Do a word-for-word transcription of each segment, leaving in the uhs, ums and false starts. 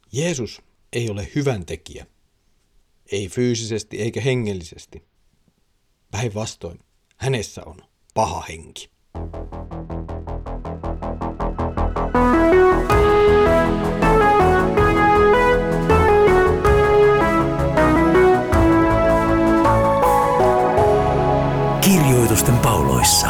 Jeesus ei ole hyväntekijä, ei fyysisesti eikä hengellisesti. Päinvastoin, hänessä on paha henki. Kirjoitusten pauloissa.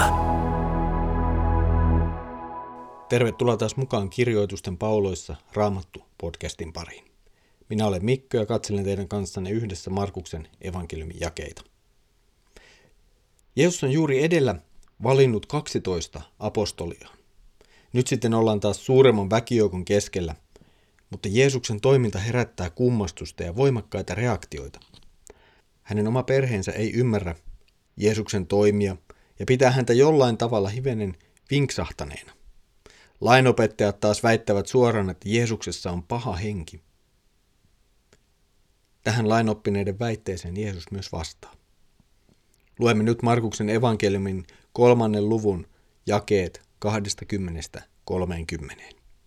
Tervetuloa taas mukaan Kirjoitusten pauloissa Raamattu-podcastin pariin. Minä olen Mikko ja katselen teidän kanssanne yhdessä Markuksen evankeliumin jakeita. Jeesus on juuri edellä valinnut kaksitoista apostoliaan. Nyt sitten ollaan taas suuremman väkijoukon keskellä, mutta Jeesuksen toiminta herättää kummastusta ja voimakkaita reaktioita. Hänen oma perheensä ei ymmärrä Jeesuksen toimia ja pitää häntä jollain tavalla hivenen vinksahtaneena. Lainopettajat taas väittävät suoraan, että Jeesuksessa on paha henki. Tähän lainoppineiden väitteeseen Jeesus myös vastaa. Luemme nyt Markuksen evankeliumin kolmannen luvun jakeet kaksikymmentä kolmekymmentä.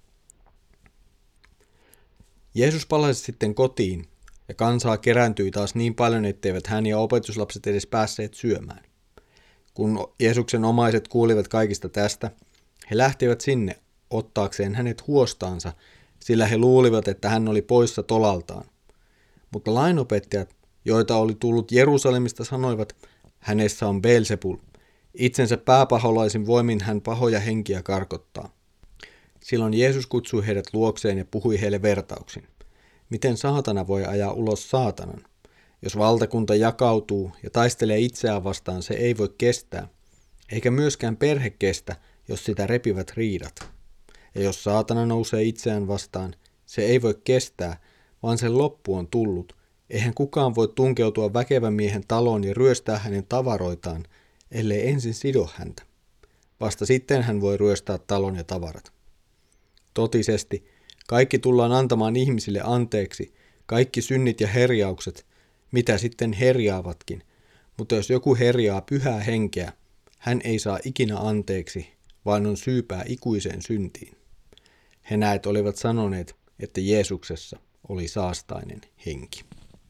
Jeesus palasi sitten kotiin ja kansaa kerääntyi taas niin paljon, etteivät hän ja opetuslapset edes päässeet syömään. Kun Jeesuksen omaiset kuulivat kaikista tästä, he lähtivät sinne ottaakseen hänet huostaansa, sillä he luulivat, että hän oli poissa tolaltaan. Mutta lainopettajat, joita oli tullut Jerusalemista, sanoivat, hänessä on Beelzebul. Itsensä pääpaholaisin voimin hän pahoja henkiä karkottaa. Silloin Jeesus kutsui heidät luokseen ja puhui heille vertauksin. Miten saatana voi ajaa ulos saatanan? Jos valtakunta jakautuu ja taistelee itseään vastaan, se ei voi kestää, eikä myöskään perhe kestä, jos sitä repivät riidat. Ja jos saatana nousee itseään vastaan, se ei voi kestää, vaan sen loppu on tullut. Eihän kukaan voi tunkeutua väkevän miehen taloon ja ryöstää hänen tavaroitaan, ellei ensin sido häntä. Vasta sitten hän voi ryöstää talon ja tavarat. Totisesti, kaikki tullaan antamaan ihmisille anteeksi, kaikki synnit ja herjaukset, mitä sitten herjaavatkin. Mutta jos joku herjaa pyhää henkeä, hän ei saa ikinä anteeksi, vaan on syypää ikuiseen syntiin. He näet olivat sanoneet, että Jeesuksessa oli saastainen henki.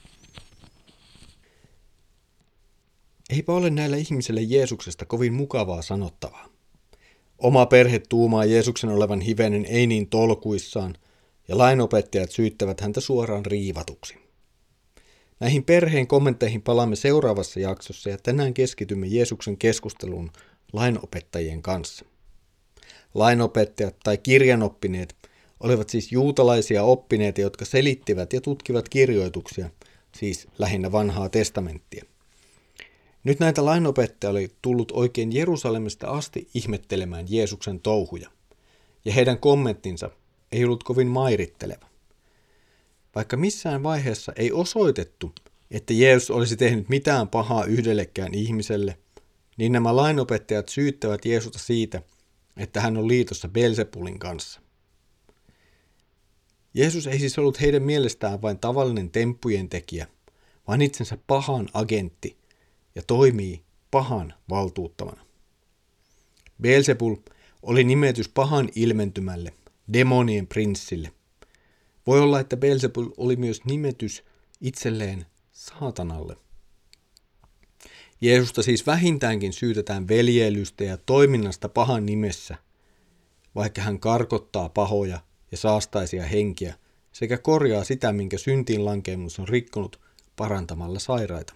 Eipä ole näillä ihmisille Jeesuksesta kovin mukavaa sanottavaa. Oma perhe tuumaa Jeesuksen olevan hivenen ei niin tolkuissaan, ja lainopettajat syyttävät häntä suoraan riivatuksi. Näihin perheen kommentteihin palaamme seuraavassa jaksossa, ja tänään keskitymme Jeesuksen keskusteluun lainopettajien kanssa. Lainopettajat tai kirjanoppineet olivat siis juutalaisia oppineita, jotka selittivät ja tutkivat kirjoituksia, siis lähinnä vanhaa testamenttia. Nyt näitä lainopettajia oli tullut oikein Jerusalemista asti ihmettelemään Jeesuksen touhuja, ja heidän kommenttinsa ei ollut kovin mairitteleva. Vaikka missään vaiheessa ei osoitettu, että Jeesus olisi tehnyt mitään pahaa yhdellekään ihmiselle, niin nämä lainopettajat syyttävät Jeesusta siitä, että hän on liitossa Beelzebulin kanssa. Jeesus ei siis ollut heidän mielestään vain tavallinen temppujen tekijä, vaan itsensä pahan agentti ja toimii pahan valtuuttamana. Beelzebul oli nimetys pahan ilmentymälle, demonien prinssille. Voi olla, että Beelzebul oli myös nimetys itselleen saatanalle. Jeesusta siis vähintäänkin syytetään veljeilystä ja toiminnasta pahan nimessä, vaikka hän karkottaa pahoja ja saastaisia henkiä sekä korjaa sitä, minkä syntiin lankemus on rikkonut parantamalla sairaita.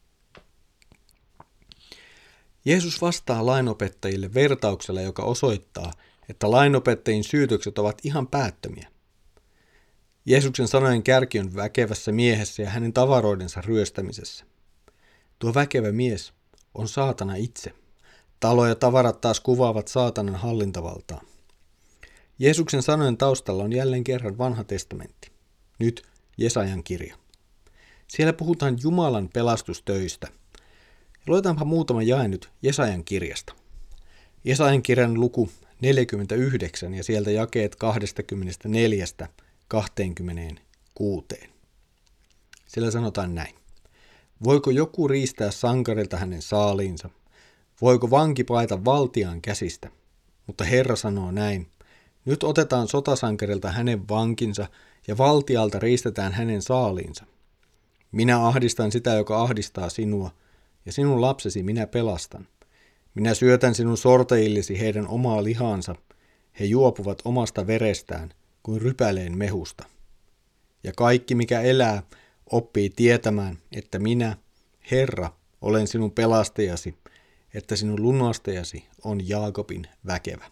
Jeesus vastaa lainopettajille vertauksella, joka osoittaa, että lainopettajien syytökset ovat ihan päättömiä. Jeesuksen sanojen kärki on väkevässä miehessä ja hänen tavaroidensa ryöstämisessä. Tuo väkevä mies on saatana itse. Talo ja tavarat taas kuvaavat saatanan hallintavaltaa. Jeesuksen sanojen taustalla on jälleen kerran vanha testamentti. Nyt Jesajan kirja. Siellä puhutaan Jumalan pelastustöistä. Luetaanpa muutama jae nyt Jesajan kirjasta. Jesajan kirjan luku neljäkymmentäyhdeksän ja sieltä jakeet kaksikymmentäneljä kaksikymmentäkuusi. Siellä sanotaan näin. Voiko joku riistää sankarilta hänen saaliinsa? Voiko vanki paeta valtiaan käsistä? Mutta Herra sanoo näin. Nyt otetaan sotasankarilta hänen vankinsa ja valtialta riistetään hänen saaliinsa. Minä ahdistan sitä, joka ahdistaa sinua, ja sinun lapsesi minä pelastan. Minä syötän sinun sortajillesi heidän omaa lihaansa, he juopuvat omasta verestään kuin rypäleen mehusta. Ja kaikki, mikä elää, oppii tietämään, että minä, Herra, olen sinun pelastajasi, että sinun lunastajasi on Jaakobin väkevä.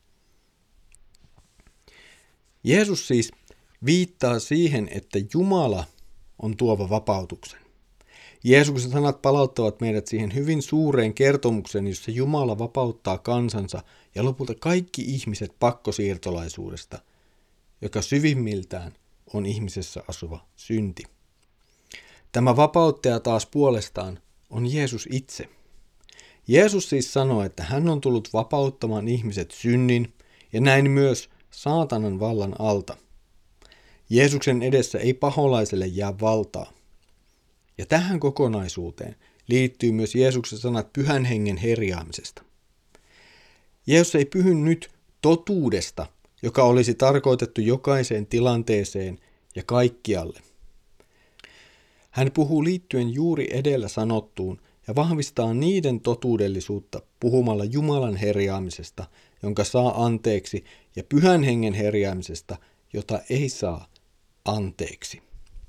Jeesus siis viittaa siihen, että Jumala on tuova vapautuksen. Jeesuksen sanat palauttavat meidät siihen hyvin suureen kertomukseen, jossa Jumala vapauttaa kansansa ja lopulta kaikki ihmiset pakkosiirtolaisuudesta, joka syvimmiltään on ihmisessä asuva synti. Tämä vapauttaja taas puolestaan on Jeesus itse. Jeesus siis sanoo, että hän on tullut vapauttamaan ihmiset synnin ja näin myös saatanan vallan alta. Jeesuksen edessä ei paholaiselle jää valtaa. Ja tähän kokonaisuuteen liittyy myös Jeesuksen sanat pyhän hengen herjaamisesta. Jeesus ei pyhy nyt totuudesta, joka olisi tarkoitettu jokaiseen tilanteeseen ja kaikkialle. Hän puhuu liittyen juuri edellä sanottuun ja vahvistaa niiden totuudellisuutta puhumalla Jumalan herjaamisesta, jonka saa anteeksi, ja pyhän hengen herjaamisesta, jota ei saa anteeksi.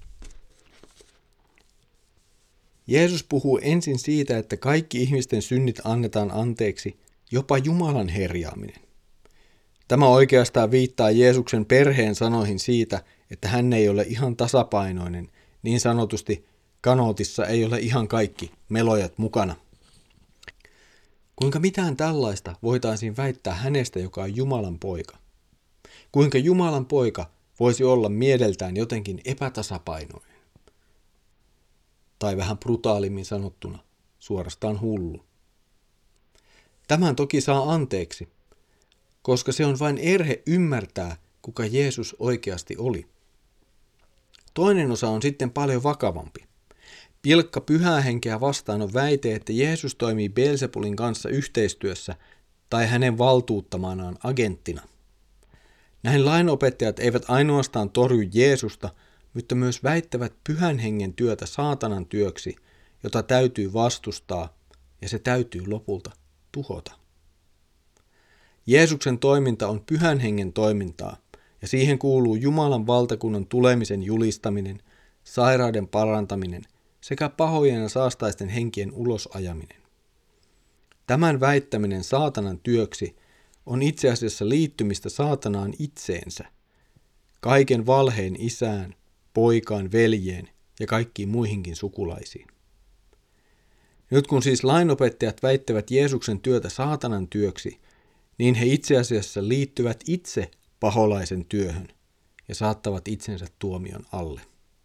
Jeesus puhuu ensin siitä, että kaikki ihmisten synnit annetaan anteeksi, jopa Jumalan herjaaminen. Tämä oikeastaan viittaa Jeesuksen perheen sanoihin siitä, että hän ei ole ihan tasapainoinen, niin sanotusti kanootissa ei ole ihan kaikki melojat mukana. Kuinka mitään tällaista voitaisiin väittää hänestä, joka on Jumalan poika? Kuinka Jumalan poika voisi olla mieleltään jotenkin epätasapainoinen? Tai vähän brutaalimmin sanottuna, suorastaan hullu. Tämän toki saa anteeksi, koska se on vain erhe ymmärtää, kuka Jeesus oikeasti oli. Toinen osa on sitten paljon vakavampi. Pilkka pyhää henkeä vastaan on väite, että Jeesus toimii Beelzebulin kanssa yhteistyössä tai hänen valtuuttamanaan agenttina. Näin lainopettajat eivät ainoastaan torju Jeesusta, mutta myös väittävät pyhän hengen työtä saatanan työksi, jota täytyy vastustaa ja se täytyy lopulta tuhota. Jeesuksen toiminta on pyhän hengen toimintaa ja siihen kuuluu Jumalan valtakunnan tulemisen julistaminen, sairauden parantaminen sekä pahojen ja saastaisten henkien ulosajaminen. Tämän väittäminen saatanan työksi on itse asiassa liittymistä saatanaan itseensä, kaiken valheen isään, poikaan, veljeen ja kaikkiin muihinkin sukulaisiin. Nyt kun siis lainopettajat väittävät Jeesuksen työtä saatanan työksi, niin he itse asiassa liittyvät itse paholaisen työhön ja saattavat itsensä tuomion alle.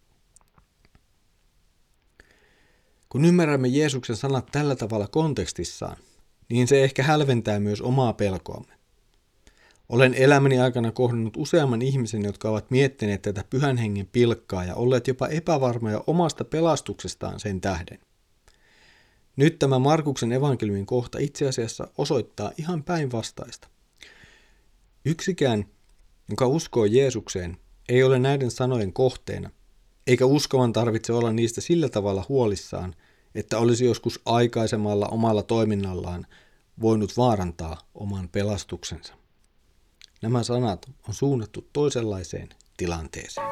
Kun ymmärrämme Jeesuksen sanat tällä tavalla kontekstissaan, niin se ehkä hälventää myös omaa pelkoamme. Olen elämäni aikana kohdannut useamman ihmisen, jotka ovat miettineet tätä pyhän hengen pilkkaa ja olleet jopa epävarmoja omasta pelastuksestaan sen tähden. Nyt tämä Markuksen evankeliumin kohta itse asiassa osoittaa ihan päinvastaista. Yksikään, joka uskoo Jeesukseen, ei ole näiden sanojen kohteena, eikä uskovan tarvitse olla niistä sillä tavalla huolissaan, että olisi joskus aikaisemmalla omalla toiminnallaan voinut vaarantaa oman pelastuksensa. Nämä sanat on suunnattu toisenlaiseen tilanteeseen.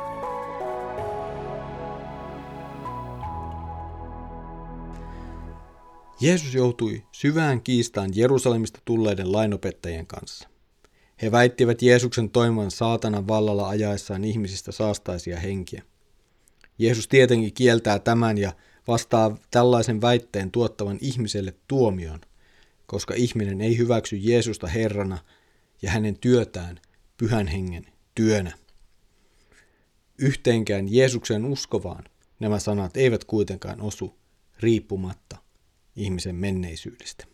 Jeesus joutui syvään kiistaan Jerusalemista tulleiden lainopettajien kanssa. He väittivät Jeesuksen toimivan saatanan vallalla ajaessaan ihmisistä saastaisia henkiä. Jeesus tietenkin kieltää tämän ja vastaa tällaisen väitteen tuottavan ihmiselle tuomion, koska ihminen ei hyväksy Jeesusta Herrana ja hänen työtään pyhän hengen työnä. Yhteenkään Jeesuksen uskovaan nämä sanat eivät kuitenkaan osu riippumatta ihmisen menneisyydestä.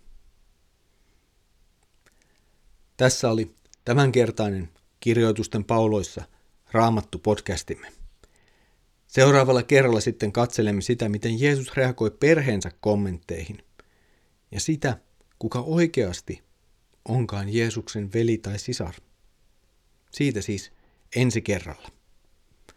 Tässä oli tämänkertainen Kirjoitusten pauloissa Raamattu-podcastimme. Seuraavalla kerralla sitten katselemme sitä, miten Jeesus reagoi perheensä kommentteihin ja sitä, kuka oikeasti onkaan Jeesuksen veli tai sisar. Siitä siis ensi kerralla.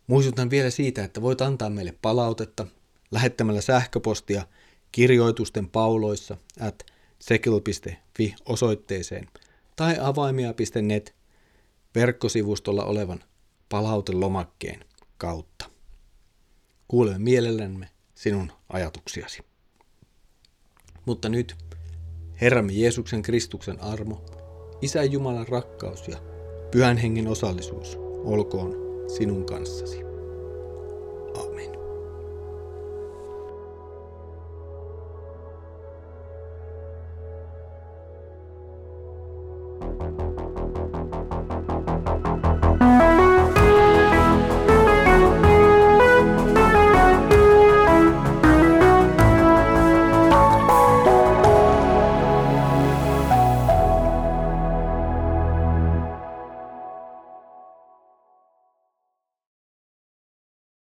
Muistutan vielä siitä, että voit antaa meille palautetta lähettämällä sähköpostia kirjoitusten pauloissa at sekel piste fi osoitteeseen tai avaimia piste net verkkosivustolla olevan palautelomakkeen kautta. Kuulemme mielellämme sinun ajatuksiasi. Mutta nyt Herramme Jeesuksen Kristuksen armo, Isän Jumalan rakkaus ja Pyhän Hengen osallisuus olkoon sinun kanssasi. Amen.